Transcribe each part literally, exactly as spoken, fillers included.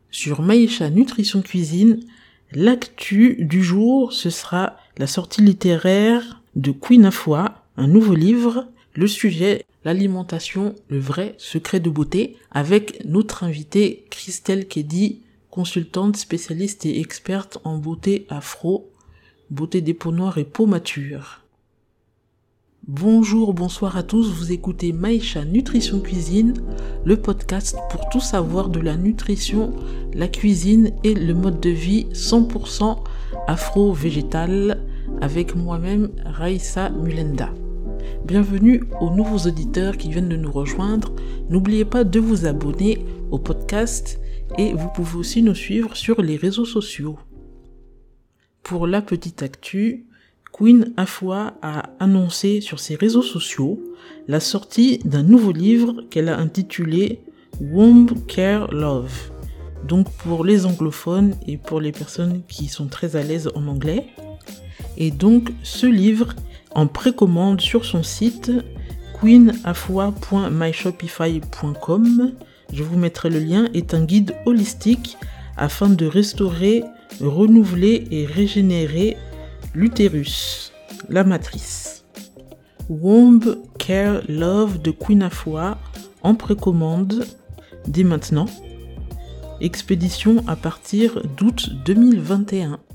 Sur Maïcha Nutrition Cuisine, l'actu du jour, ce sera la sortie littéraire de Queen Afua, un nouveau livre. Le sujet, l'alimentation, le vrai secret de beauté, avec notre invitée Christelle Kedi, consultante spécialiste et experte en beauté afro, beauté des peaux noires et peau mature. Bonjour, bonsoir à tous, vous écoutez Maïcha Nutrition Cuisine, le podcast pour tout savoir de la nutrition, la cuisine et le mode de vie cent pour cent afro-végétal, avec moi-même Raïssa Mulenda. Bienvenue aux nouveaux auditeurs qui viennent de nous rejoindre. N'oubliez pas de vous abonner au podcast et vous pouvez aussi nous suivre sur les réseaux sociaux. Pour la petite actu, Queen Afua a annoncé sur ses réseaux sociaux la sortie d'un nouveau livre qu'elle a intitulé Womb Care Love. Donc pour les anglophones et pour les personnes qui sont très à l'aise en anglais. Et donc ce livre en précommande sur son site queen afua point my shopify point com. Je vous mettrai le lien, est un guide holistique afin de restaurer, renouveler et régénérer l'utérus, la matrice. Womb Care Love de Queen Afua en précommande dès maintenant. Expédition à partir d'août deux mille vingt et un.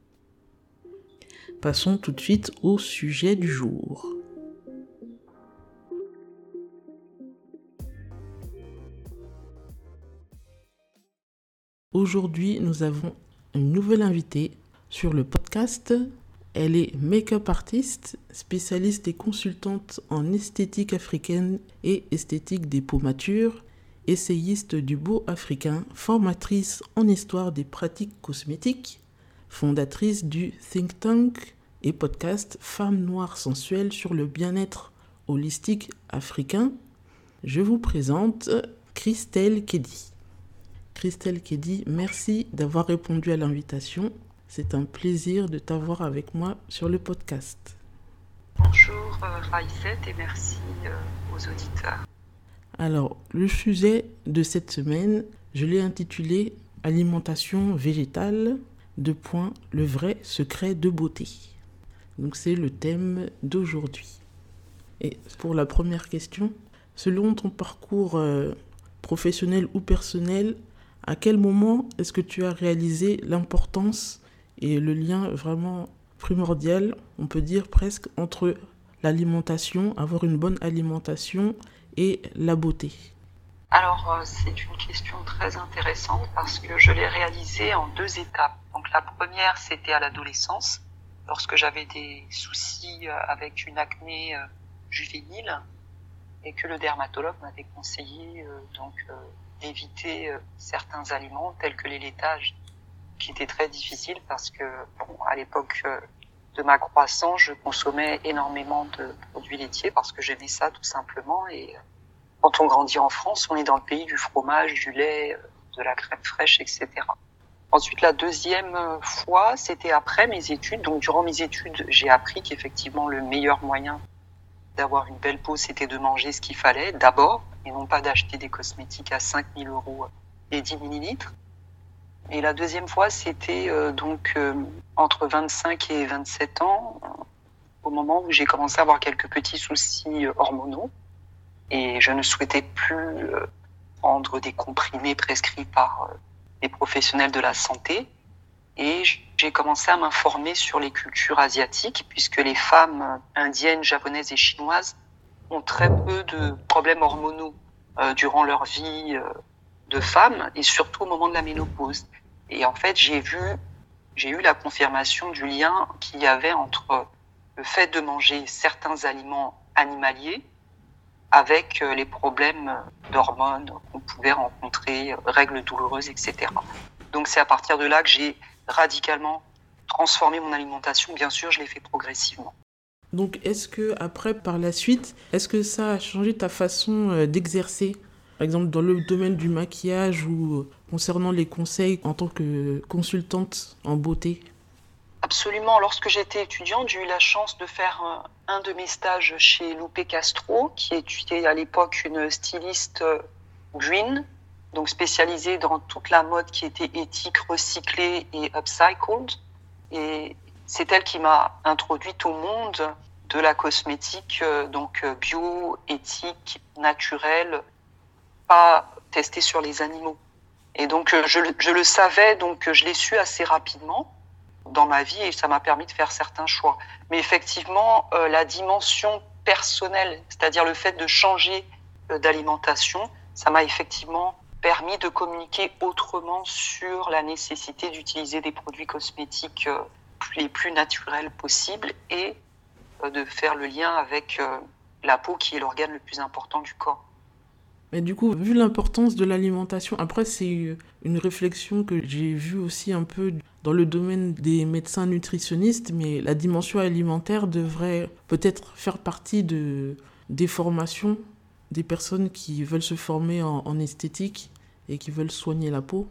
Passons tout de suite au sujet du jour. Aujourd'hui, nous avons une nouvelle invitée sur le podcast. Elle est make-up artiste, spécialiste et consultante en esthétique africaine et esthétique des peaux matures, essayiste du beau africain, formatrice en histoire des pratiques cosmétiques, fondatrice du think tank et podcast Femmes Noires Sensuelles sur le bien-être holistique africain. Je vous présente Christelle Kedi. Christelle Kedi, merci d'avoir répondu à l'invitation. C'est un plaisir de t'avoir avec moi sur le podcast. Bonjour euh, Raïssette et merci euh, aux auditeurs. Alors, le sujet de cette semaine, je l'ai intitulé « Alimentation végétale, deux points, le vrai secret de beauté ». Donc c'est le thème d'aujourd'hui. Et pour la première question, selon ton parcours euh, professionnel ou personnel, à quel moment est-ce que tu as réalisé l'importance et le lien vraiment primordial, on peut dire presque, entre l'alimentation, avoir une bonne alimentation et la beauté? Alors, euh, c'est une question très intéressante parce que je l'ai réalisée en deux étapes. Donc, la première, c'était à l'adolescence, lorsque j'avais des soucis euh, avec une acné euh, juvénile et que le dermatologue m'avait conseillé euh, donc euh, d'éviter euh, certains aliments tels que les laitages, qui était très difficile parce que, bon, à l'époque de ma croissance, je consommais énormément de produits laitiers parce que j'aimais ça tout simplement. Et quand on grandit en France, on est dans le pays du fromage, du lait, de la crème fraîche, et cetera. Ensuite, la deuxième fois, c'était après mes études. Donc, durant mes études, j'ai appris qu'effectivement, le meilleur moyen d'avoir une belle peau, c'était de manger ce qu'il fallait d'abord et non pas d'acheter des cosmétiques à cinq mille euros et dix millilitres. Et la deuxième fois, c'était euh, donc euh, entre vingt-cinq et vingt-sept ans, euh, au moment où j'ai commencé à avoir quelques petits soucis euh, hormonaux. Et je ne souhaitais plus euh, prendre des comprimés prescrits par euh, les professionnels de la santé. Et j'ai commencé à m'informer sur les cultures asiatiques, puisque les femmes indiennes, japonaises et chinoises ont très peu de problèmes hormonaux euh, durant leur vie euh, de femme, et surtout au moment de la ménopause. Et en fait, j'ai vu, j'ai eu la confirmation du lien qu'il y avait entre le fait de manger certains aliments animaliers avec les problèmes d'hormones qu'on pouvait rencontrer, règles douloureuses, et cetera. Donc c'est à partir de là que j'ai radicalement transformé mon alimentation. Bien sûr, je l'ai fait progressivement. Donc est-ce que après, par la suite, est-ce que ça a changé ta façon d'exercer ? Par exemple, dans le domaine du maquillage ou concernant les conseils en tant que consultante en beauté? Absolument. Lorsque j'étais étudiante, j'ai eu la chance de faire un de mes stages chez Lupe Castro, qui était à l'époque une styliste green, donc spécialisée dans toute la mode qui était éthique, recyclée et upcycled. Et c'est elle qui m'a introduite au monde de la cosmétique, donc bio, éthique, naturelle, pas testée sur les animaux. Et donc je, je le savais, donc je l'ai su assez rapidement dans ma vie et ça m'a permis de faire certains choix. Mais effectivement, euh, la dimension personnelle, c'est-à-dire le fait de changer euh, d'alimentation, ça m'a effectivement permis de communiquer autrement sur la nécessité d'utiliser des produits cosmétiques euh, les plus naturels possibles et euh, de faire le lien avec euh, la peau qui est l'organe le plus important du corps. Mais du coup, vu l'importance de l'alimentation, après c'est une réflexion que j'ai vue aussi un peu dans le domaine des médecins nutritionnistes, mais la dimension alimentaire devrait peut-être faire partie de, des formations des personnes qui veulent se former en, en esthétique et qui veulent soigner la peau.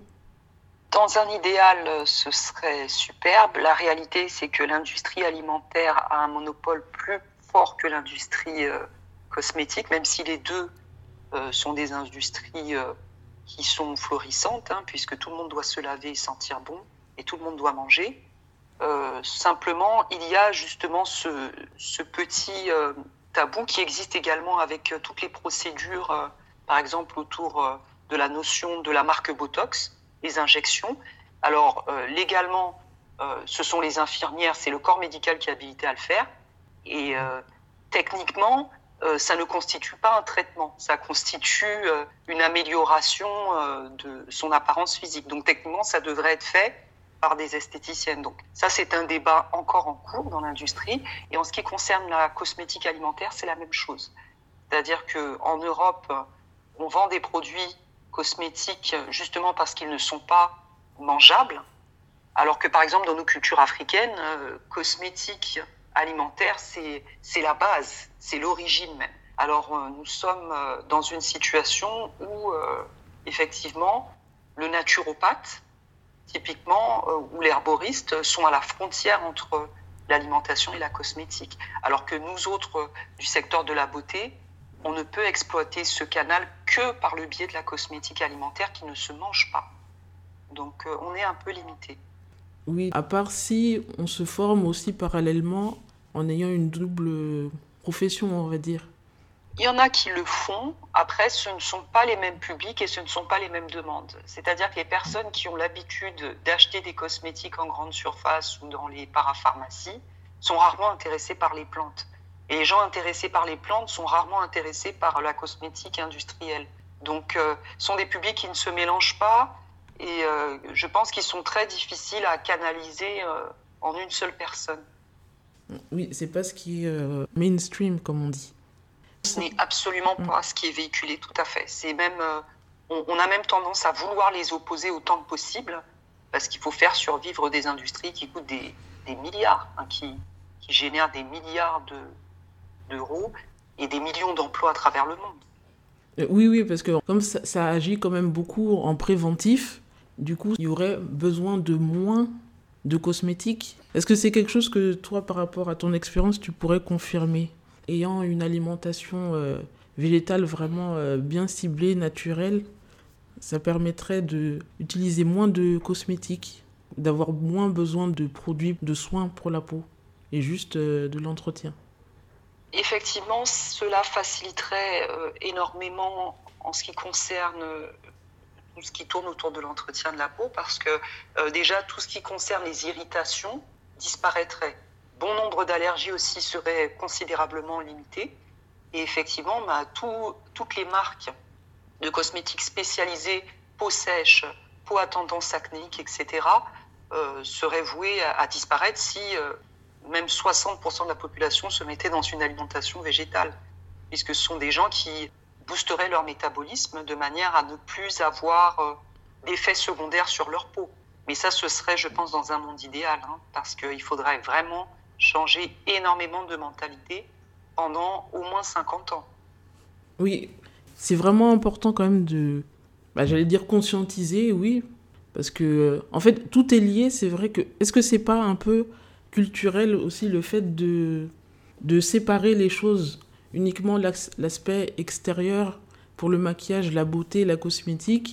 Dans un idéal, ce serait superbe. La réalité, c'est que l'industrie alimentaire a un monopole plus fort que l'industrie euh, cosmétique, même si les deux Euh, sont des industries euh, qui sont florissantes, hein, puisque tout le monde doit se laver et sentir bon, et tout le monde doit manger. Euh, simplement, il y a justement ce, ce petit euh, tabou qui existe également avec euh, toutes les procédures, euh, par exemple autour euh, de la notion de la marque Botox, les injections. Alors, euh, légalement, euh, ce sont les infirmières, c'est le corps médical qui est habilité à le faire, et euh, techniquement, Euh, ça ne constitue pas un traitement, ça constitue euh, une amélioration euh, de son apparence physique. Donc techniquement, ça devrait être fait par des esthéticiennes. Donc ça, c'est un débat encore en cours dans l'industrie. Et en ce qui concerne la cosmétique alimentaire, c'est la même chose. C'est-à-dire qu'en Europe, on vend des produits cosmétiques justement parce qu'ils ne sont pas mangeables, alors que par exemple dans nos cultures africaines, euh, cosmétiques alimentaire, c'est, c'est la base, c'est l'origine même. Alors, euh, nous sommes euh, dans une situation où, euh, effectivement, le naturopathe, typiquement, euh, ou l'herboriste sont à la frontière entre l'alimentation et la cosmétique. Alors que nous autres, euh, du secteur de la beauté, on ne peut exploiter ce canal que par le biais de la cosmétique alimentaire qui ne se mange pas. Donc, euh, on est un peu limité. Oui, à part si on se forme aussi parallèlement en ayant une double profession, on va dire. Il y en a qui le font. Après, ce ne sont pas les mêmes publics et ce ne sont pas les mêmes demandes. C'est-à-dire que les personnes qui ont l'habitude d'acheter des cosmétiques en grande surface ou dans les parapharmacies sont rarement intéressées par les plantes. Et les gens intéressés par les plantes sont rarement intéressés par la cosmétique industrielle. Donc, euh, ce sont des publics qui ne se mélangent pas. Et euh, je pense qu'ils sont très difficiles à canaliser euh, en une seule personne. Oui, c'est pas ce qui est euh, mainstream, comme on dit. Ce n'est absolument pas ce qui est véhiculé, tout à fait. C'est même, euh, on, on a même tendance à vouloir les opposer autant que possible, parce qu'il faut faire survivre des industries qui coûtent des, des milliards, hein, qui, qui génèrent des milliards de, d'euros et des millions d'emplois à travers le monde. Euh, oui, oui, parce que comme ça, ça agit quand même beaucoup en préventif, du coup, il y aurait besoin de moins de cosmétiques. Est-ce que c'est quelque chose que toi, par rapport à ton expérience, tu pourrais confirmer ? Ayant une alimentation euh, végétale vraiment euh, bien ciblée, naturelle, ça permettrait d'utiliser moins de cosmétiques, d'avoir moins besoin de produits de soins pour la peau et juste euh, de l'entretien. Effectivement, cela faciliterait euh, énormément en ce qui concerne euh, tout ce qui tourne autour de l'entretien de la peau, parce que euh, déjà tout ce qui concerne les irritations disparaîtrait. Bon nombre d'allergies aussi seraient considérablement limitées. Et effectivement, bah, tout, toutes les marques de cosmétiques spécialisées, peau sèche, peau à tendance acnéique, et cetera, euh, seraient vouées à, à disparaître si euh, même soixante pour cent de la population se mettait dans une alimentation végétale, puisque ce sont des gens qui boosteraient leur métabolisme de manière à ne plus avoir euh, d'effets secondaires sur leur peau. Mais ça, ce serait, je pense, dans un monde idéal, hein, parce qu'il faudrait vraiment changer énormément de mentalité pendant au moins cinquante ans. Oui, c'est vraiment important quand même de, bah, j'allais dire conscientiser, oui, parce que, euh, en fait, tout est lié, c'est vrai que, est-ce que c'est pas un peu culturel aussi le fait de, de séparer les choses, uniquement l'aspect extérieur pour le maquillage, la beauté, la cosmétique,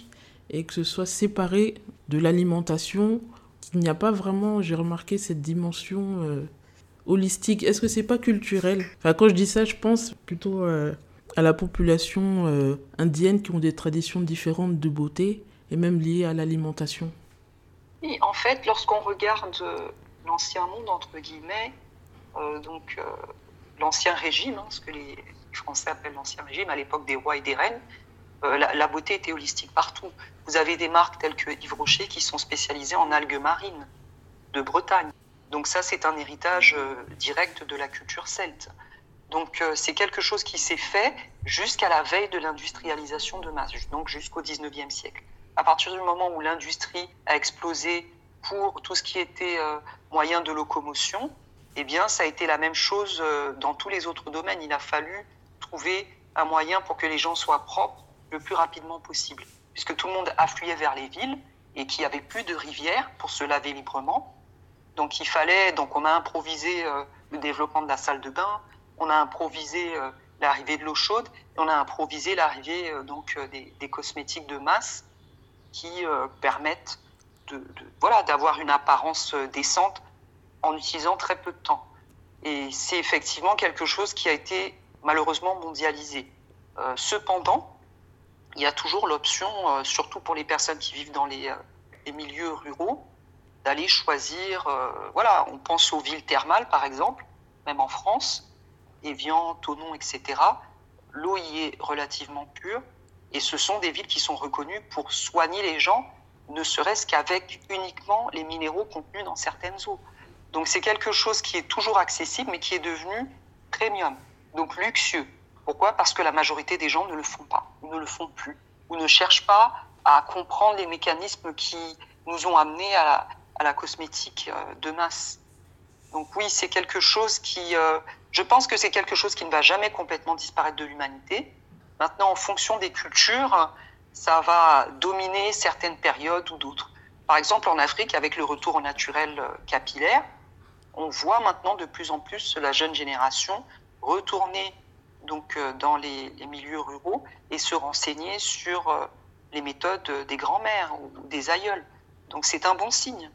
et que ce soit séparé de l'alimentation. Il n'y a pas vraiment, j'ai remarqué, cette dimension euh, holistique. Est-ce que c'est pas culturel ? Enfin, quand je dis ça, je pense plutôt euh, à la population euh, indienne qui ont des traditions différentes de beauté et même liées à l'alimentation. Oui, en fait, lorsqu'on regarde l'ancien monde, entre guillemets, euh, donc euh, l'ancien régime, hein, ce que les Français appellent l'ancien régime, à l'époque des rois et des reines, euh, la, la beauté était holistique partout. Vous avez des marques telles que Yves Rocher qui sont spécialisées en algues marines de Bretagne. Donc ça, c'est un héritage euh, direct de la culture celte. Donc euh, c'est quelque chose qui s'est fait jusqu'à la veille de l'industrialisation de masse, donc jusqu'au dix-neuvième siècle. À partir du moment où l'industrie a explosé pour tout ce qui était euh, moyen de locomotion, eh bien, ça a été la même chose euh, dans tous les autres domaines. Il a fallu trouver un moyen pour que les gens soient propres le plus rapidement possible, puisque tout le monde affluait vers les villes et qu'il n'y avait plus de rivières pour se laver librement. Donc, il fallait, donc on a improvisé euh, le développement de la salle de bain, on a improvisé euh, l'arrivée de l'eau chaude, et on a improvisé l'arrivée euh, donc euh, des, des cosmétiques de masse qui euh, permettent de, de, voilà, d'avoir une apparence décente en utilisant très peu de temps. Et c'est effectivement quelque chose qui a été malheureusement mondialisé. Euh, cependant, il y a toujours l'option, euh, surtout pour les personnes qui vivent dans les, euh, les milieux ruraux, d'aller choisir, euh, voilà, on pense aux villes thermales par exemple, même en France, Évian, Thonon, et cetera. L'eau y est relativement pure, et ce sont des villes qui sont reconnues pour soigner les gens, ne serait-ce qu'avec uniquement les minéraux contenus dans certaines eaux. Donc c'est quelque chose qui est toujours accessible, mais qui est devenu premium, donc luxueux. Pourquoi ? Parce que la majorité des gens ne le font pas, ou ne le font plus, ou ne cherchent pas à comprendre les mécanismes qui nous ont amenés à la, à la cosmétique de masse. Donc oui, c'est quelque chose qui... Euh, je pense que c'est quelque chose qui ne va jamais complètement disparaître de l'humanité. Maintenant, en fonction des cultures, ça va dominer certaines périodes ou d'autres. Par exemple, en Afrique, avec le retour au naturel capillaire, on voit maintenant de plus en plus la jeune génération retourner donc, dans les, les milieux ruraux et se renseigner sur les méthodes des grands-mères ou des aïeuls. Donc c'est un bon signe.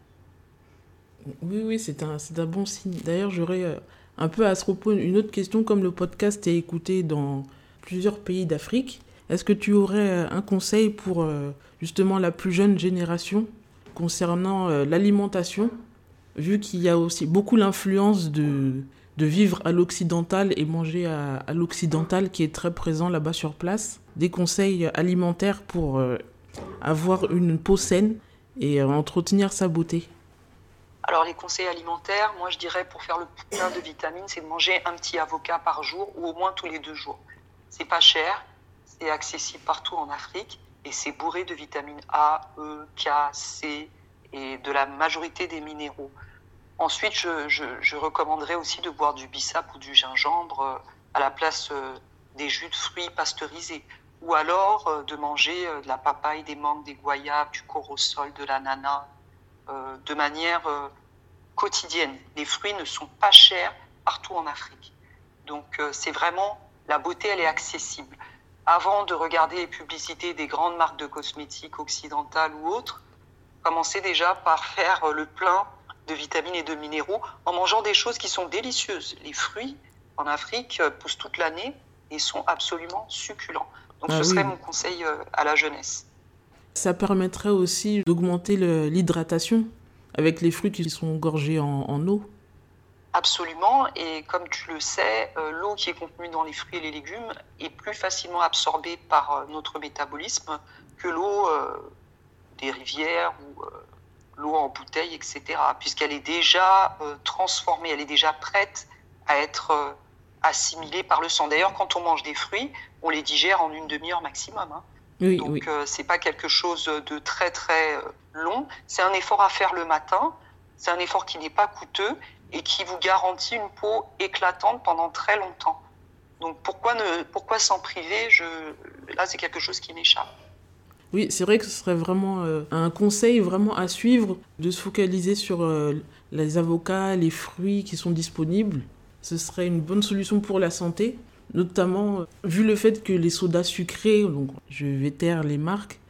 Oui, oui, c'est un, c'est un bon signe. D'ailleurs, j'aurais un peu à ce propos une autre question. Comme le podcast est écouté dans plusieurs pays d'Afrique, est-ce que tu aurais un conseil pour justement la plus jeune génération concernant l'alimentation, vu qu'il y a aussi beaucoup l'influence de, de vivre à l'occidental et manger à, à l'occidental qui est très présent là-bas sur place, des conseils alimentaires pour euh, avoir une peau saine et euh, entretenir sa beauté? Alors les conseils alimentaires, moi je dirais pour faire le plein de vitamines, c'est de manger un petit avocat par jour ou au moins tous les deux jours. C'est pas cher, c'est accessible partout en Afrique et c'est bourré de vitamines A, E, K, C et de la majorité des minéraux. Ensuite, je, je, je recommanderais aussi de boire du bissap ou du gingembre à la place des jus de fruits pasteurisés. Ou alors de manger de la papaye, des mangues, des goyaves, du corosol, de l'ananas, euh, de manière euh, quotidienne. Les fruits ne sont pas chers partout en Afrique. Donc euh, c'est vraiment, la beauté, elle est accessible. Avant de regarder les publicités des grandes marques de cosmétiques occidentales ou autres, commencez déjà par faire le plein de vitamines et de minéraux en mangeant des choses qui sont délicieuses. Les fruits en Afrique poussent toute l'année et sont absolument succulents. Donc ah, ce serait oui. mon conseil à la jeunesse. Ça permettrait aussi d'augmenter le, l'hydratation avec les fruits qui sont gorgés en, en eau. Absolument, et comme tu le sais, euh, l'eau qui est contenue dans les fruits et les légumes est plus facilement absorbée par euh, notre métabolisme que l'eau euh, des rivières ou euh, l'eau en bouteille, et cetera, puisqu'elle est déjà euh, transformée, elle est déjà prête à être euh, assimilée par le sang. D'ailleurs, quand on mange des fruits, on les digère en une demi-heure maximum. Hein. Oui, Donc, oui. Euh, c'est pas quelque chose de très très euh, long. C'est un effort à faire le matin. C'est un effort qui n'est pas coûteux et qui vous garantit une peau éclatante pendant très longtemps. Donc, pourquoi ne, pourquoi s'en priver ? Je, là, c'est quelque chose qui m'échappe. Oui, c'est vrai que ce serait vraiment euh, un conseil vraiment à suivre, de se focaliser sur euh, les avocats, les fruits qui sont disponibles. Ce serait une bonne solution pour la santé, notamment euh, vu le fait que les sodas sucrés, donc je vais taire les marques,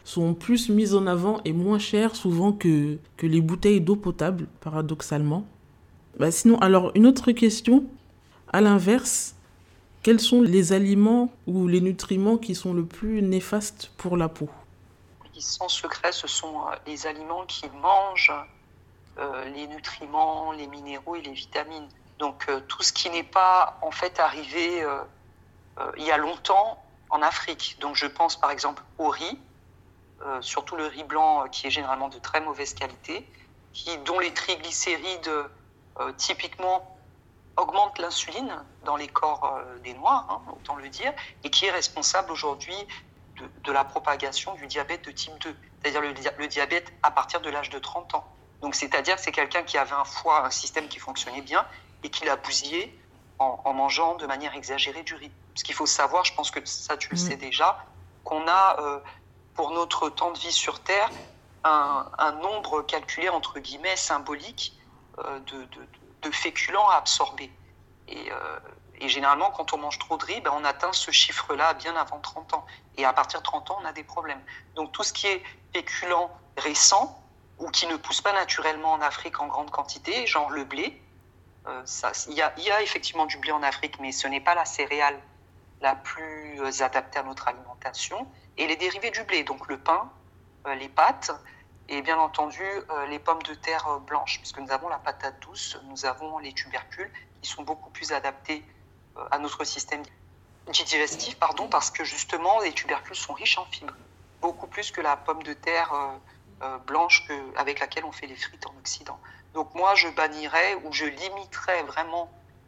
sont plus mises en avant et moins chères souvent que, que les bouteilles d'eau potable, paradoxalement. Bah sinon, alors une autre question, à l'inverse, quels sont les aliments ou les nutriments qui sont le plus néfastes pour la peau ? Sans secret, ce sont les aliments qui mangent euh, les nutriments, les minéraux et les vitamines. Donc euh, tout ce qui n'est pas en fait arrivé euh, euh, il y a longtemps en Afrique. Donc je pense par exemple au riz, euh, surtout le riz blanc euh, qui est généralement de très mauvaise qualité, qui, dont les triglycérides euh, typiquement augmentent l'insuline dans les corps euh, des Noirs, hein, autant le dire, et qui est responsable aujourd'hui de, de la propagation du diabète de type deux, c'est-à-dire le, le diabète à partir de l'âge de trente ans. Donc c'est-à-dire que c'est quelqu'un qui avait un foie, un système qui fonctionnait bien, et qui l'a bousillé en, en mangeant de manière exagérée du riz. Ce qu'il faut savoir, je pense que ça tu le mmh. sais déjà, qu'on a euh, pour notre temps de vie sur Terre un, un nombre calculé entre guillemets symbolique euh, de, de, de féculents à absorber. Et, euh, et généralement, quand on mange trop de riz, ben, on atteint ce chiffre-là bien avant trente ans. Et à partir de trente ans, on a des problèmes. Donc tout ce qui est féculent récent ou qui ne pousse pas naturellement en Afrique en grande quantité, genre le blé, euh, ça, il y a, il y a effectivement du blé en Afrique, mais ce n'est pas la céréale la plus adaptée à notre alimentation. Et les dérivés du blé, donc le pain, euh, les pâtes, et bien entendu euh, les pommes de terre euh, blanches, puisque nous avons la patate douce, nous avons les tubercules, qui sont beaucoup plus adaptés euh, à notre système digestif, pardon, parce que justement les tubercules sont riches en fibres, beaucoup plus que la pomme de terre euh, euh, blanche que, avec laquelle on fait les frites en Occident. Donc moi je bannirais ou je limiterais vraiment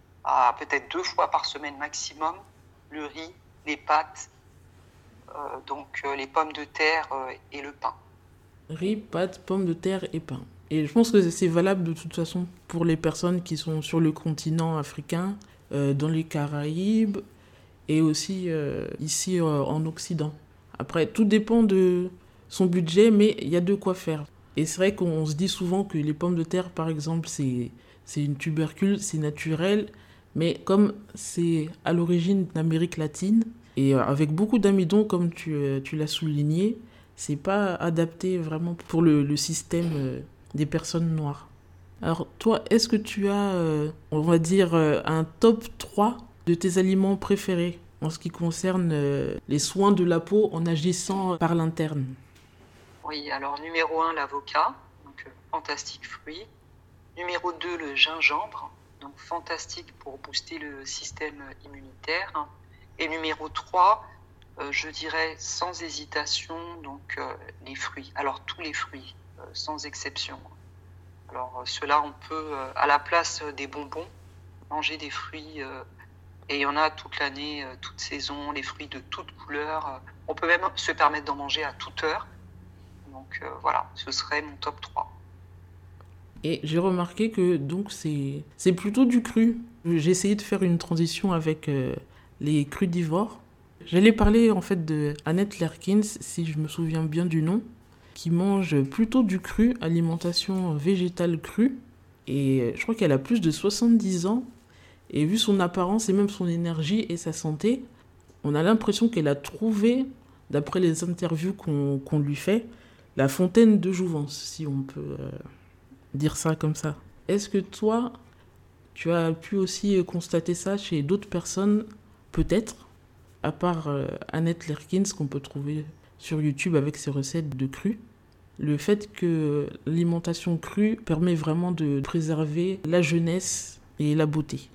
à peut-être deux fois par semaine maximum le riz, les pâtes, euh, donc euh, les pommes de terre euh, et le pain. Riz, pâtes, pommes de terre et pain. Et je pense que c'est valable de toute façon pour les personnes qui sont sur le continent africain, euh, dans les Caraïbes et aussi euh, ici euh, en Occident. Après, tout dépend de son budget, mais il y a de quoi faire. Et c'est vrai qu'on se dit souvent que les pommes de terre, par exemple, c'est, c'est une tubercule, c'est naturel, mais comme c'est à l'origine d'Amérique latine, et avec beaucoup d'amidon, comme tu, tu l'as souligné, c'est pas adapté vraiment pour le, le système euh, des personnes noires. Alors toi, est-ce que tu as, euh, on va dire, euh, un top trois de tes aliments préférés en ce qui concerne euh, les soins de la peau en agissant par l'interne ? Oui, alors numéro un, l'avocat, donc euh, fantastique fruit. Numéro deux, le gingembre, donc fantastique pour booster le système immunitaire. Et numéro trois, Euh, je dirais sans hésitation donc euh, les fruits. Alors tous les fruits, euh, sans exception. Alors euh, cela on peut euh, à la place des bonbons manger des fruits euh, et il y en a toute l'année, euh, toute saison, les fruits de toutes couleurs. Euh, on peut même se permettre d'en manger à toute heure. Donc euh, voilà, ce serait mon top trois. Et j'ai remarqué que donc c'est c'est plutôt du cru. J'ai essayé de faire une transition avec euh, les crudivores. J'allais parler en fait de Annette Lerkins, si je me souviens bien du nom, qui mange plutôt du cru, alimentation végétale crue. Et je crois qu'elle a plus de soixante-dix ans. Et vu son apparence et même son énergie et sa santé, on a l'impression qu'elle a trouvé, d'après les interviews qu'on, qu'on lui fait, la fontaine de jouvence, si on peut euh, dire ça comme ça. Est-ce que toi, tu as pu aussi constater ça chez d'autres personnes, peut-être ? À part euh, Annette Lerkins, qu'on peut trouver sur YouTube avec ses recettes de cru, le fait que l'alimentation crue permet vraiment de préserver la jeunesse et la beauté.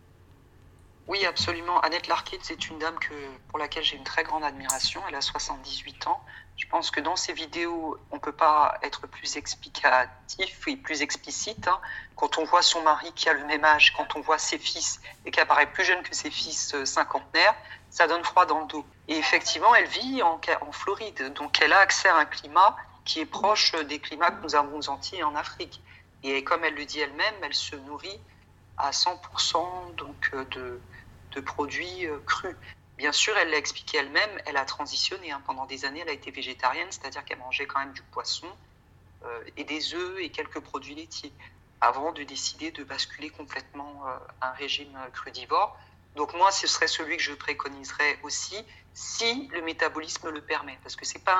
Oui, absolument. Annette Lerkins est une dame que, pour laquelle j'ai une très grande admiration. Elle a soixante-dix-huit ans. Je pense que dans ses vidéos, on ne peut pas être plus explicatif et plus explicite. Hein. Quand on voit son mari qui a le même âge, quand on voit ses fils et qui apparaît plus jeune que ses fils euh, cinquantenaires, ça donne froid dans le dos. Et effectivement, elle vit en, en Floride, donc elle a accès à un climat qui est proche des climats que nous avons aux Antilles et en Afrique. Et comme elle le dit elle-même, elle se nourrit à cent pour cent donc, de, de produits euh, crus. Bien sûr, elle l'a expliqué elle-même, elle a transitionné. Hein. Pendant des années, elle a été végétarienne, c'est-à-dire qu'elle mangeait quand même du poisson euh, et des œufs et quelques produits laitiers, avant de décider de basculer complètement euh, un régime crudivore. Donc moi, ce serait celui que je préconiserais aussi, si le métabolisme le permet, parce que c'est pas un,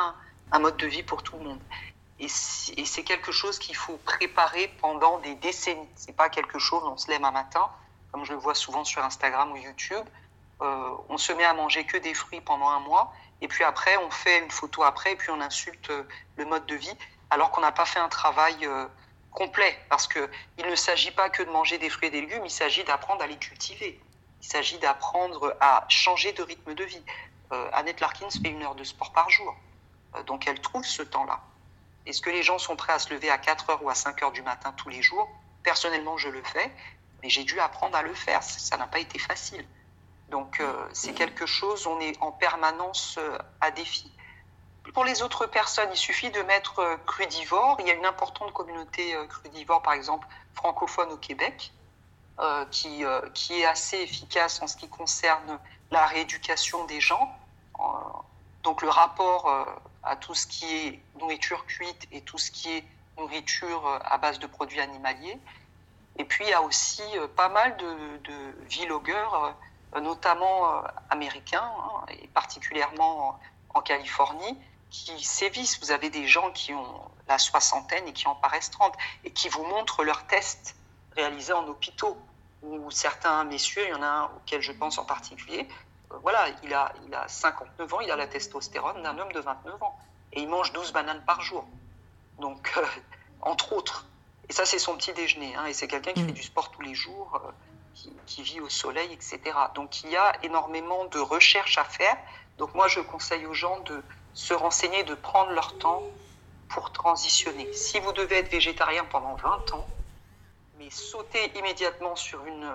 un mode de vie pour tout le monde. Et c'est quelque chose qu'il faut préparer pendant des décennies. C'est pas quelque chose, on se lève un matin, comme je le vois souvent sur Instagram ou YouTube, euh, on se met à manger que des fruits pendant un mois, et puis après on fait une photo après, et puis on insulte le mode de vie, alors qu'on n'a pas fait un travail euh, complet, parce que il ne s'agit pas que de manger des fruits et des légumes, il s'agit d'apprendre à les cultiver. Il s'agit d'apprendre à changer de rythme de vie. Euh, Annette Larkins fait une heure de sport par jour, euh, donc elle trouve ce temps-là. Est-ce que les gens sont prêts à se lever à quatre heures ou à cinq heures du matin tous les jours ? Personnellement, je le fais, mais j'ai dû apprendre à le faire. Ça n'a pas été facile. Donc, euh, c'est quelque chose, on est en permanence euh, à défi. Pour les autres personnes, il suffit de mettre euh, crudivore. Il y a une importante communauté euh, crudivore, par exemple, francophone au Québec, euh, qui, euh, qui est assez efficace en ce qui concerne la rééducation des gens. Euh, donc, le rapport... Euh, à tout ce qui est nourriture cuite et tout ce qui est nourriture à base de produits animaliers. Et puis, il y a aussi pas mal de, de vlogueurs, notamment américains, hein, et particulièrement en Californie, qui sévissent. Vous avez des gens qui ont la soixantaine et qui en paraissent trente, et qui vous montrent leurs tests réalisés en hôpitaux. Ou certains messieurs, il y en a un auquel je pense en particulier, voilà, il a, il a cinquante-neuf ans, il a la testostérone d'un homme de vingt-neuf ans. Et il mange douze bananes par jour. Donc, euh, entre autres. Et ça, c'est son petit déjeuner. Hein, et c'est quelqu'un qui mmh. fait du sport tous les jours, euh, qui, qui vit au soleil, et cetera. Donc, il y a énormément de recherches à faire. Donc, moi, je conseille aux gens de se renseigner, de prendre leur temps pour transitionner. Si vous devez être végétarien pendant vingt ans, mais sauter immédiatement sur une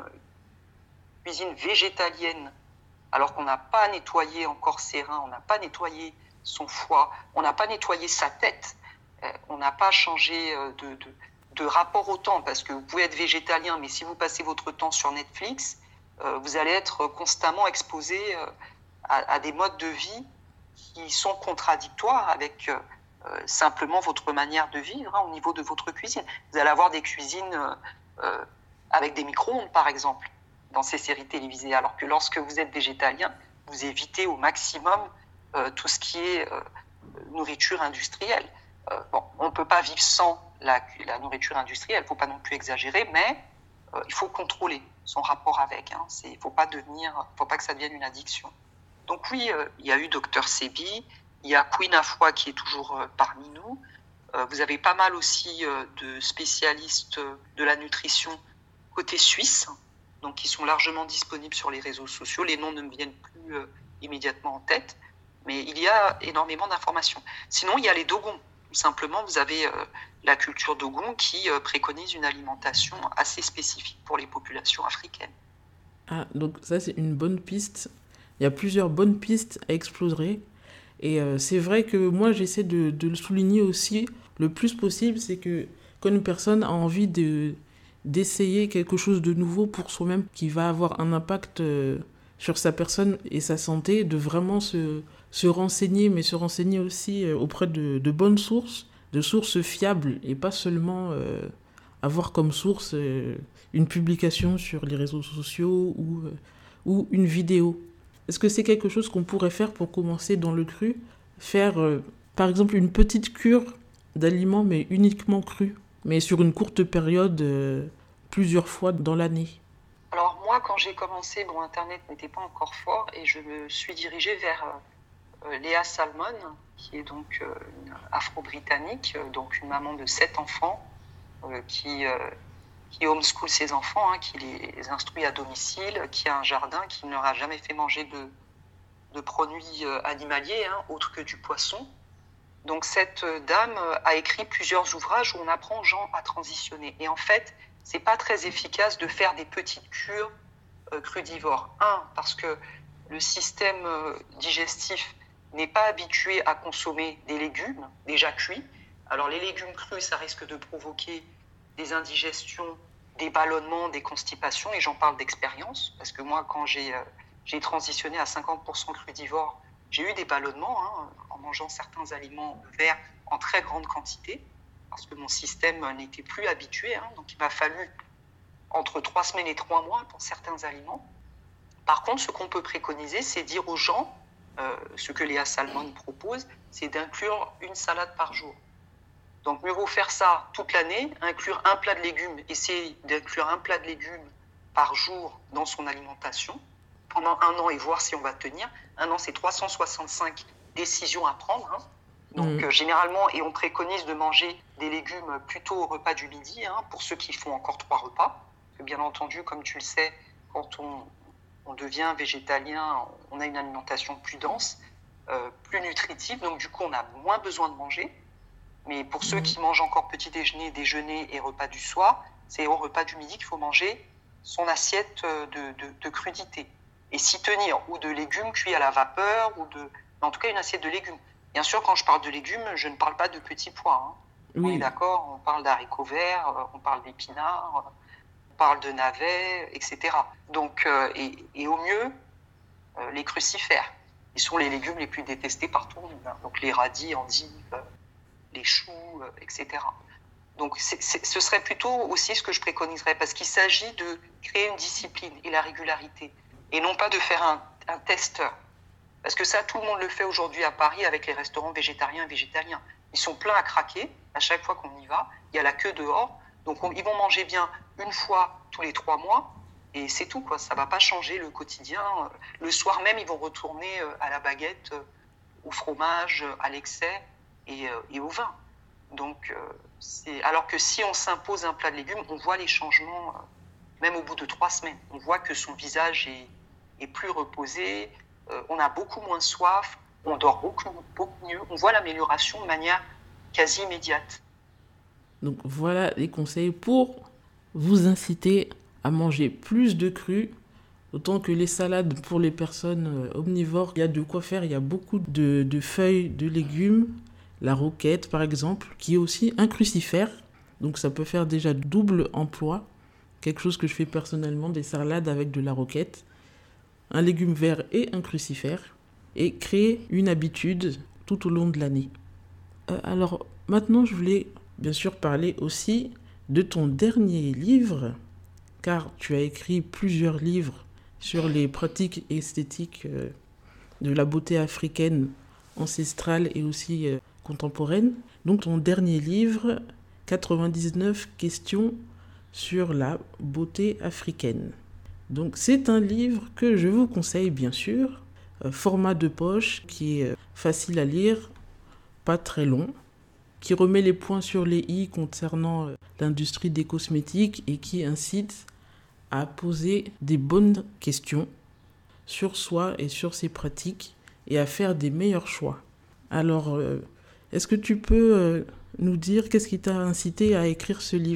cuisine végétalienne, alors qu'on n'a pas nettoyé encore ses reins, on n'a pas nettoyé son foie, on n'a pas nettoyé sa tête, euh, on n'a pas changé de, de, de rapport au temps, parce que vous pouvez être végétalien, mais si vous passez votre temps sur Netflix, euh, vous allez être constamment exposé euh, à, à des modes de vie qui sont contradictoires avec euh, simplement votre manière de vivre, hein, au niveau de votre cuisine. Vous allez avoir des cuisines euh, euh, avec des micro-ondes, par exemple, dans ces séries télévisées, alors que lorsque vous êtes végétalien, vous évitez au maximum euh, tout ce qui est euh, nourriture industrielle. Euh, bon, on ne peut pas vivre sans la, la nourriture industrielle, il ne faut pas non plus exagérer, mais euh, il faut contrôler son rapport avec. Hein. Il ne faut pas devenir, faut pas que ça devienne une addiction. Donc oui, euh, il y a eu Docteur Sebi, il y a Queen Afua qui est toujours euh, parmi nous. Euh, vous avez pas mal aussi euh, de spécialistes de la nutrition côté suisse, donc qui sont largement disponibles sur les réseaux sociaux. Les noms ne me viennent plus euh, immédiatement en tête, mais il y a énormément d'informations. Sinon, il y a les Dogons. Tout simplement, vous avez euh, la culture Dogon qui euh, préconise une alimentation assez spécifique pour les populations africaines. Ah, donc ça, c'est une bonne piste. Il y a plusieurs bonnes pistes à explorer. Et euh, c'est vrai que moi, j'essaie de, de le souligner aussi le plus possible, c'est que quand une personne a envie de... d'essayer quelque chose de nouveau pour soi-même qui va avoir un impact euh, sur sa personne et sa santé, de vraiment se, se renseigner, mais se renseigner aussi euh, auprès de, de bonnes sources, de sources fiables, et pas seulement euh, avoir comme source euh, une publication sur les réseaux sociaux ou, euh, ou une vidéo. Est-ce que c'est quelque chose qu'on pourrait faire pour commencer dans le cru ? Faire, euh, par exemple, une petite cure d'aliments, mais uniquement crus, mais sur une courte période, euh, plusieurs fois dans l'année. Alors moi, quand j'ai commencé, bon, Internet n'était pas encore fort, et je me suis dirigée vers euh, Léa Salmon, qui est donc euh, une afro-britannique, euh, donc une maman de sept enfants, euh, qui, euh, qui homeschool ses enfants, hein, qui les instruit à domicile, qui a un jardin, qui ne leur a jamais fait manger de, de produits euh, animaliers, hein, autres que du poisson. Donc cette dame a écrit plusieurs ouvrages où on apprend aux gens à transitionner. Et en fait, c'est pas très efficace de faire des petites cures euh, crudivores. Un, parce que le système euh, digestif n'est pas habitué à consommer des légumes déjà cuits. Alors les légumes crus, ça risque de provoquer des indigestions, des ballonnements, des constipations. Et j'en parle d'expérience, parce que moi, quand j'ai, euh, j'ai transitionné à cinquante pour cent crudivore, j'ai eu des ballonnements hein, en mangeant certains aliments verts en très grande quantité, parce que mon système n'était plus habitué. Hein, donc il m'a fallu entre trois semaines et trois mois pour certains aliments. Par contre, ce qu'on peut préconiser, c'est dire aux gens, euh, ce que Léa Salmon propose, c'est d'inclure une salade par jour. Donc mieux vaut faire ça toute l'année, inclure un plat de légumes, essayer d'inclure un plat de légumes par jour dans son alimentation pendant un an et voir si on va tenir. Un an, c'est trois cent soixante-cinq décisions à prendre. Hein. Donc mmh. euh, généralement, et on préconise de manger des légumes plutôt au repas du midi, hein, pour ceux qui font encore trois repas. Parce que bien entendu, comme tu le sais, quand on, on devient végétalien, on a une alimentation plus dense, euh, plus nutritive, donc du coup on a moins besoin de manger. Mais pour mmh. ceux qui mangent encore petit déjeuner, déjeuner et repas du soir, c'est au repas du midi qu'il faut manger son assiette de, de, de crudité. Et s'y tenir, ou de légumes cuits à la vapeur, ou de, en tout cas une assiette de légumes. Bien sûr, quand je parle de légumes, je ne parle pas de petits pois. Hein. Oui. On est d'accord, on parle d'haricots verts, on parle d'épinards, on parle de navets, et cetera. Donc, euh, et, et au mieux, euh, les crucifères. Ils sont les légumes les plus détestés par tout le monde. Hein. Donc les radis, endives, les choux, euh, et cetera. Donc c'est, c'est, ce serait plutôt aussi ce que je préconiserais, parce qu'il s'agit de créer une discipline et la régularité, et non pas de faire un, un testeur. Parce que ça, tout le monde le fait aujourd'hui à Paris avec les restaurants végétariens et végétaliens. Ils sont pleins à craquer à chaque fois qu'on y va. Il y a la queue dehors. Donc on, ils vont manger bien une fois tous les trois mois. Et c'est tout, quoi. Ça ne va pas changer le quotidien. Le soir même, ils vont retourner à la baguette, au fromage, à l'excès et, et au vin. Donc, c'est... alors que si on s'impose un plat de légumes, on voit les changements, même au bout de trois semaines. On voit que son visage est, est plus reposé. Euh, on a beaucoup moins soif, on dort beaucoup, beaucoup mieux, on voit l'amélioration de manière quasi immédiate. Donc voilà les conseils pour vous inciter à manger plus de cru, autant que les salades pour les personnes omnivores, il y a de quoi faire, il y a beaucoup de, de feuilles de légumes, la roquette par exemple, qui est aussi un crucifère, donc ça peut faire déjà double emploi, quelque chose que je fais personnellement, des salades avec de la roquette, un légume vert et un crucifère, et créer une habitude tout au long de l'année. Euh, alors maintenant, je voulais bien sûr parler aussi de ton dernier livre, car tu as écrit plusieurs livres sur les pratiques esthétiques euh, de la beauté africaine ancestrale et aussi euh, contemporaine. Donc ton dernier livre, quatre-vingt-dix-neuf questions sur la beauté africaine. Donc c'est un livre que je vous conseille bien sûr, euh, format de poche qui est euh, facile à lire, pas très long, qui remet les points sur les i concernant euh, l'industrie des cosmétiques et qui incite à poser des bonnes questions sur soi et sur ses pratiques et à faire des meilleurs choix. Alors, euh, est-ce que tu peux euh, nous dire qu'est-ce qui t'a incité à écrire ce livre ?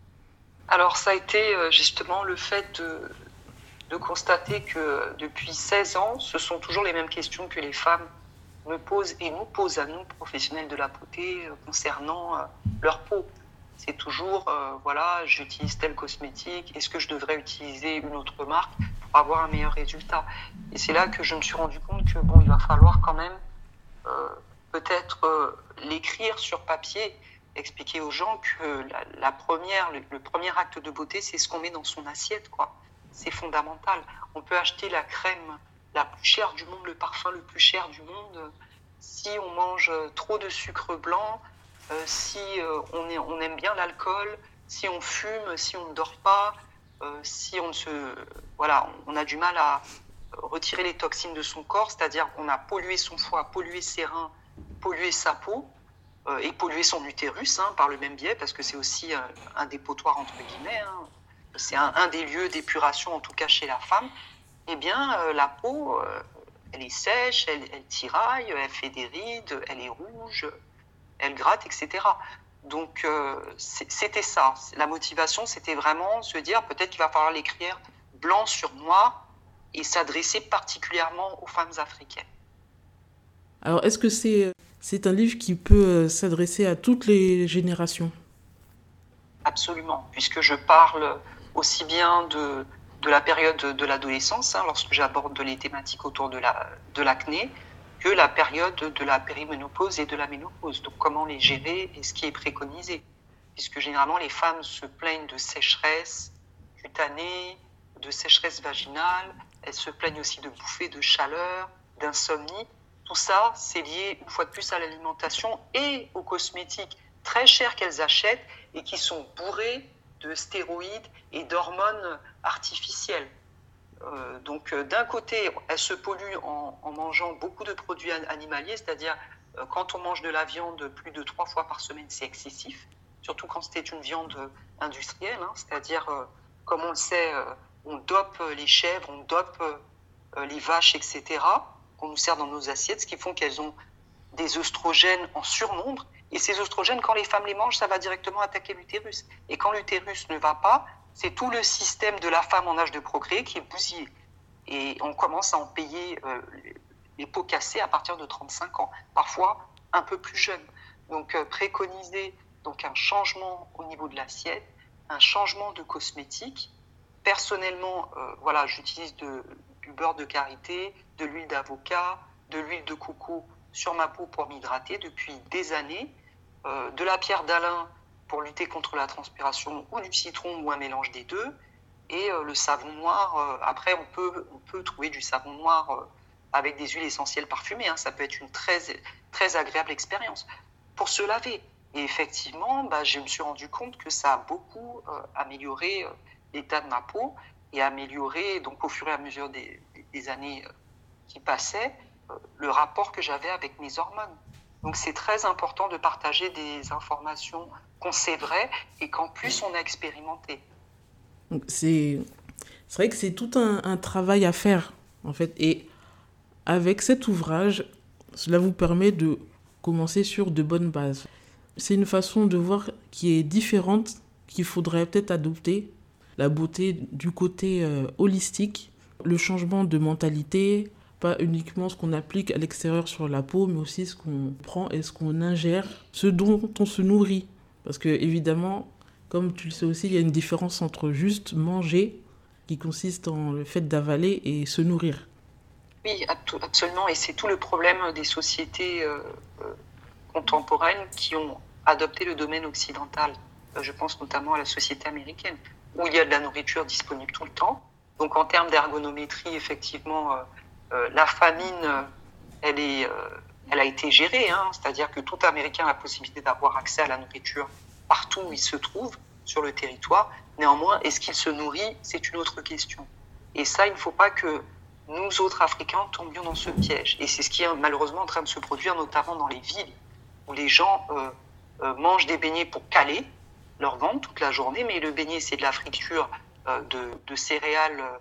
Alors ça a été justement le fait de, de constater que depuis seize ans, ce sont toujours les mêmes questions que les femmes me posent et nous posent à nous, professionnels de la beauté, concernant leur peau. C'est toujours, euh, voilà, j'utilise tel cosmétique, est-ce que je devrais utiliser une autre marque pour avoir un meilleur résultat ? Et c'est là que je me suis rendu compte que bon, il va falloir quand même euh, peut-être euh, l'écrire sur papier, expliquer aux gens que la, la première, le, le premier acte de beauté, c'est ce qu'on met dans son assiette, quoi. C'est fondamental. On peut acheter la crème la plus chère du monde, le parfum le plus cher du monde. Si on mange trop de sucre blanc, euh, si euh, on, est, on aime bien l'alcool, si on fume, si on ne dort pas, euh, si on se, voilà, on a du mal à retirer les toxines de son corps, c'est-à-dire qu'on a pollué son foie, pollué ses reins, pollué sa peau, Euh, et polluer son utérus hein, par le même biais, parce que c'est aussi un, un dépotoir entre guillemets, hein. C'est un, un des lieux d'épuration en tout cas chez la femme, eh bien euh, la peau, euh, elle est sèche, elle, elle tiraille, elle fait des rides, elle est rouge, elle gratte, et cetera. Donc euh, c'était ça, la motivation c'était vraiment se dire peut-être qu'il va falloir l'écrire blanc sur noir et s'adresser particulièrement aux femmes africaines. Alors est-ce que c'est... C'est un livre qui peut s'adresser à toutes les générations. Absolument, puisque je parle aussi bien de, de la période de l'adolescence, hein, lorsque j'aborde les thématiques autour de, la, de l'acné, que la période de la périménopause et de la ménopause. Donc comment les gérer et ce qui est préconisé. Puisque généralement les femmes se plaignent de sécheresse cutanée, de sécheresse vaginale, elles se plaignent aussi de bouffées de chaleur, d'insomnie. Tout ça, c'est lié une fois de plus à l'alimentation et aux cosmétiques très chers qu'elles achètent et qui sont bourrés de stéroïdes et d'hormones artificielles. Euh, donc euh, d'un côté, elles se polluent en, en mangeant beaucoup de produits animaliers, c'est-à-dire euh, quand on mange de la viande plus de trois fois par semaine, c'est excessif, surtout quand c'est une viande industrielle, hein, c'est-à-dire, euh, comme on le sait, euh, on dope les chèvres, on dope euh, les vaches, et cetera, qu'on nous sert dans nos assiettes, ce qui font qu'elles ont des œstrogènes en surnombre. Et ces œstrogènes, quand les femmes les mangent, ça va directement attaquer l'utérus. Et quand l'utérus ne va pas, c'est tout le système de la femme en âge de procréer qui est bousillé. Et on commence à en payer euh, les pots cassés à partir de trente-cinq ans, parfois un peu plus jeune. Donc euh, préconiser donc, un changement au niveau de l'assiette, un changement de cosmétique. Personnellement, euh, voilà, j'utilise de, du beurre de karité, de l'huile d'avocat, de l'huile de coco sur ma peau pour m'hydrater depuis des années, euh, de la pierre d'Alain pour lutter contre la transpiration ou du citron ou un mélange des deux, et euh, le savon noir. Euh, après, on peut, on peut trouver du savon noir euh, avec des huiles essentielles parfumées, hein, ça peut être une très, très agréable expérience pour se laver. Et effectivement, bah, je me suis rendu compte que ça a beaucoup euh, amélioré euh, l'état de ma peau et amélioré, donc au fur et à mesure des, des années euh, qui passaient, euh, le rapport que j'avais avec mes hormones. Donc c'est très important de partager des informations qu'on sait vraies et qu'en plus on a expérimenté. Donc c'est, c'est vrai que c'est tout un, un travail à faire, en fait. Et avec cet ouvrage, cela vous permet de commencer sur de bonnes bases. C'est une façon de voir qui est différente, qu'il faudrait peut-être adopter. La beauté du côté euh, holistique, le changement de mentalité, pas uniquement ce qu'on applique à l'extérieur sur la peau, mais aussi ce qu'on prend et ce qu'on ingère, ce dont on se nourrit. Parce que évidemment, comme tu le sais aussi, il y a une différence entre juste manger, qui consiste en le fait d'avaler, et se nourrir. Oui, absolument, et c'est tout le problème des sociétés euh, euh, contemporaines qui ont adopté le domaine occidental. Euh, je pense notamment à la société américaine, où il y a de la nourriture disponible tout le temps. Donc en termes d'ergonométrie, effectivement, euh, euh, la famine, euh, elle, est, euh, elle a été gérée, hein, c'est-à-dire que tout Américain a la possibilité d'avoir accès à la nourriture partout où il se trouve sur le territoire. Néanmoins, est-ce qu'il se nourrit ? C'est une autre question. Et ça, il ne faut pas que nous autres Africains tombions dans ce piège. Et c'est ce qui est malheureusement en train de se produire, notamment dans les villes, où les gens euh, euh, mangent des beignets pour caler leur ventre toute la journée, mais le beignet, c'est de la friture euh, de, de céréales euh,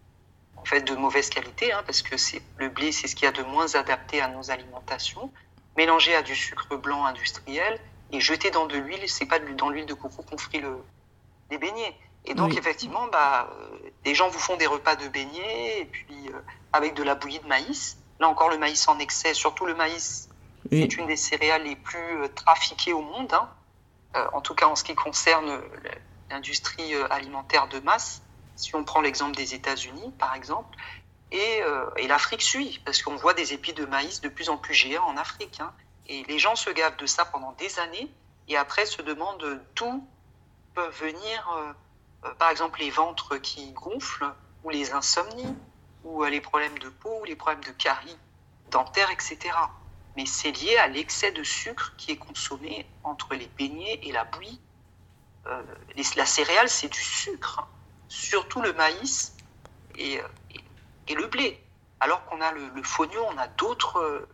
en fait de mauvaise qualité, hein, parce que c'est, le blé, c'est ce qu'il y a de moins adapté à nos alimentations, mélangé à du sucre blanc industriel et jeté dans de l'huile. C'est pas dans l'huile de coco qu'on frit le, les beignets. Et donc, oui. effectivement, bah, euh, les gens vous font des repas de beignets, et puis euh, avec de la bouillie de maïs. Là encore, le maïs en excès, surtout le maïs, oui. c'est une des céréales les plus euh, trafiquées au monde, hein. euh, en tout cas en ce qui concerne euh, l'industrie euh, alimentaire de masse, si on prend l'exemple des États-Unis, par exemple. Et, euh, et l'Afrique suit, parce qu'on voit des épis de maïs de plus en plus géants en Afrique, hein. Et les gens se gavent de ça pendant des années, et après se demandent d'où peuvent venir... Euh, par exemple les ventres qui gonflent, ou les insomnies, ou les problèmes de peau, ou les problèmes de caries dentaires, et cetera. Mais c'est lié à l'excès de sucre qui est consommé entre les beignets et la bouillie. Euh, les, la céréale, c'est du sucre, surtout le maïs et, et, et le blé. Alors qu'on a le, le fonio, on a d'autres... Euh,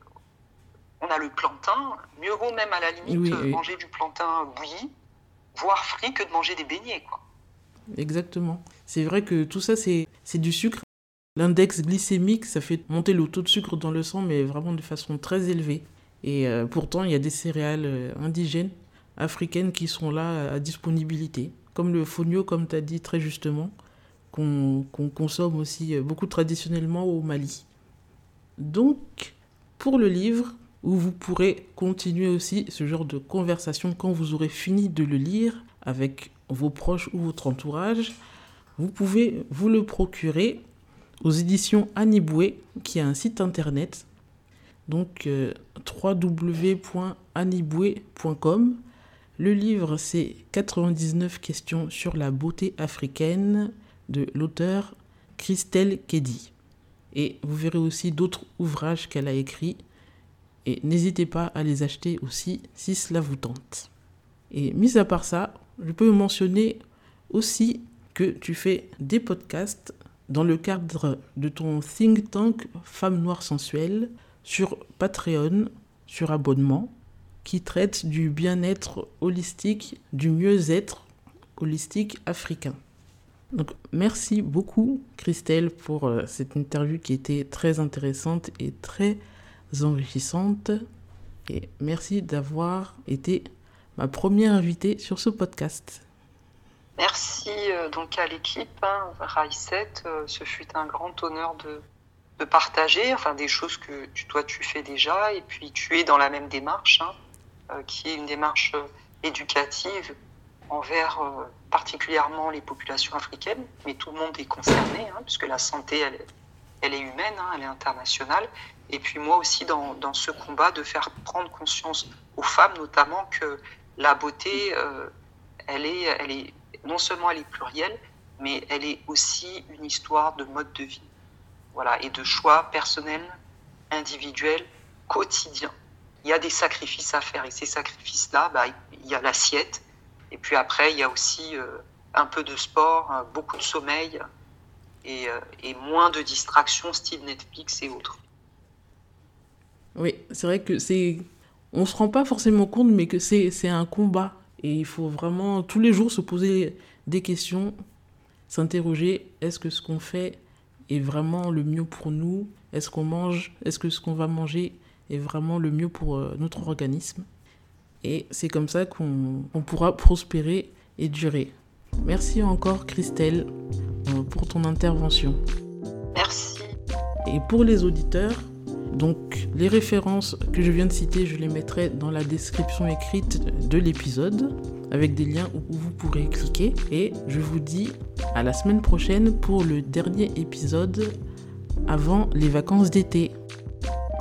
on a le plantain, mieux vaut même à la limite oui, oui. manger du plantain bouilli, voire frit, que de manger des beignets, quoi. Exactement. C'est vrai que tout ça, c'est, c'est du sucre. L'index glycémique, ça fait monter le taux de sucre dans le sang, mais vraiment de façon très élevée. Et euh, pourtant, il y a des céréales euh, indigènes, africaines, qui sont là à disponibilité. Comme le fonio, comme tu as dit très justement, qu'on, qu'on consomme aussi beaucoup traditionnellement au Mali. Donc, pour le livre, où vous pourrez continuer aussi ce genre de conversation quand vous aurez fini de le lire avec vos proches ou votre entourage, vous pouvez vous le procurer aux éditions Aniboué, qui a un site internet, donc euh, w w w point aniboué point com. Le livre, c'est quatre-vingt-dix-neuf questions sur la beauté africaine de l'auteur Christelle Kedi. Et vous verrez aussi d'autres ouvrages qu'elle a écrits. Et n'hésitez pas à les acheter aussi si cela vous tente. Et mis à part ça, je peux mentionner aussi que tu fais des podcasts dans le cadre de ton think tank Femmes Noires Sensuelles sur Patreon, sur abonnement, qui traite du bien-être holistique, du mieux-être holistique africain. Donc merci beaucoup Christelle pour euh, cette interview qui était très intéressante et très enrichissante. Et merci d'avoir été ma première invitée sur ce podcast. Merci euh, donc à l'équipe, hein, Raïset, euh, ce fut un grand honneur de, de partager, enfin des choses que tu, toi tu fais déjà, et puis tu es dans la même démarche, hein, euh, qui est une démarche euh, éducative envers euh, particulièrement les populations africaines, mais tout le monde est concerné, hein, puisque la santé, elle, elle est humaine, hein, elle est internationale. Et puis moi aussi, dans, dans ce combat, de faire prendre conscience aux femmes, notamment, que la beauté, euh, elle est, elle est, non seulement elle est plurielle, mais elle est aussi une histoire de mode de vie, voilà, et de choix personnels, individuels, quotidiens. Il y a des sacrifices à faire, et ces sacrifices-là, bah, il y a l'assiette, et puis après, il y a aussi euh, un peu de sport, euh, beaucoup de sommeil, et, euh, et moins de distractions style Netflix et autres. Oui, c'est vrai que c'est... On ne se rend pas forcément compte, mais que c'est, c'est un combat. Et il faut vraiment, tous les jours, se poser des questions, s'interroger, est-ce que ce qu'on fait est vraiment le mieux pour nous ? Est-ce qu'on mange ? Est-ce que ce qu'on va manger est vraiment le mieux pour euh, notre organisme ? Et c'est comme ça qu'on, qu'on pourra prospérer et durer. Merci encore Christelle euh, pour ton intervention. Merci. Et pour les auditeurs, donc les références que je viens de citer, je les mettrai dans la description écrite de l'épisode avec des liens où vous pourrez cliquer. Et je vous dis à la semaine prochaine pour le dernier épisode avant les vacances d'été.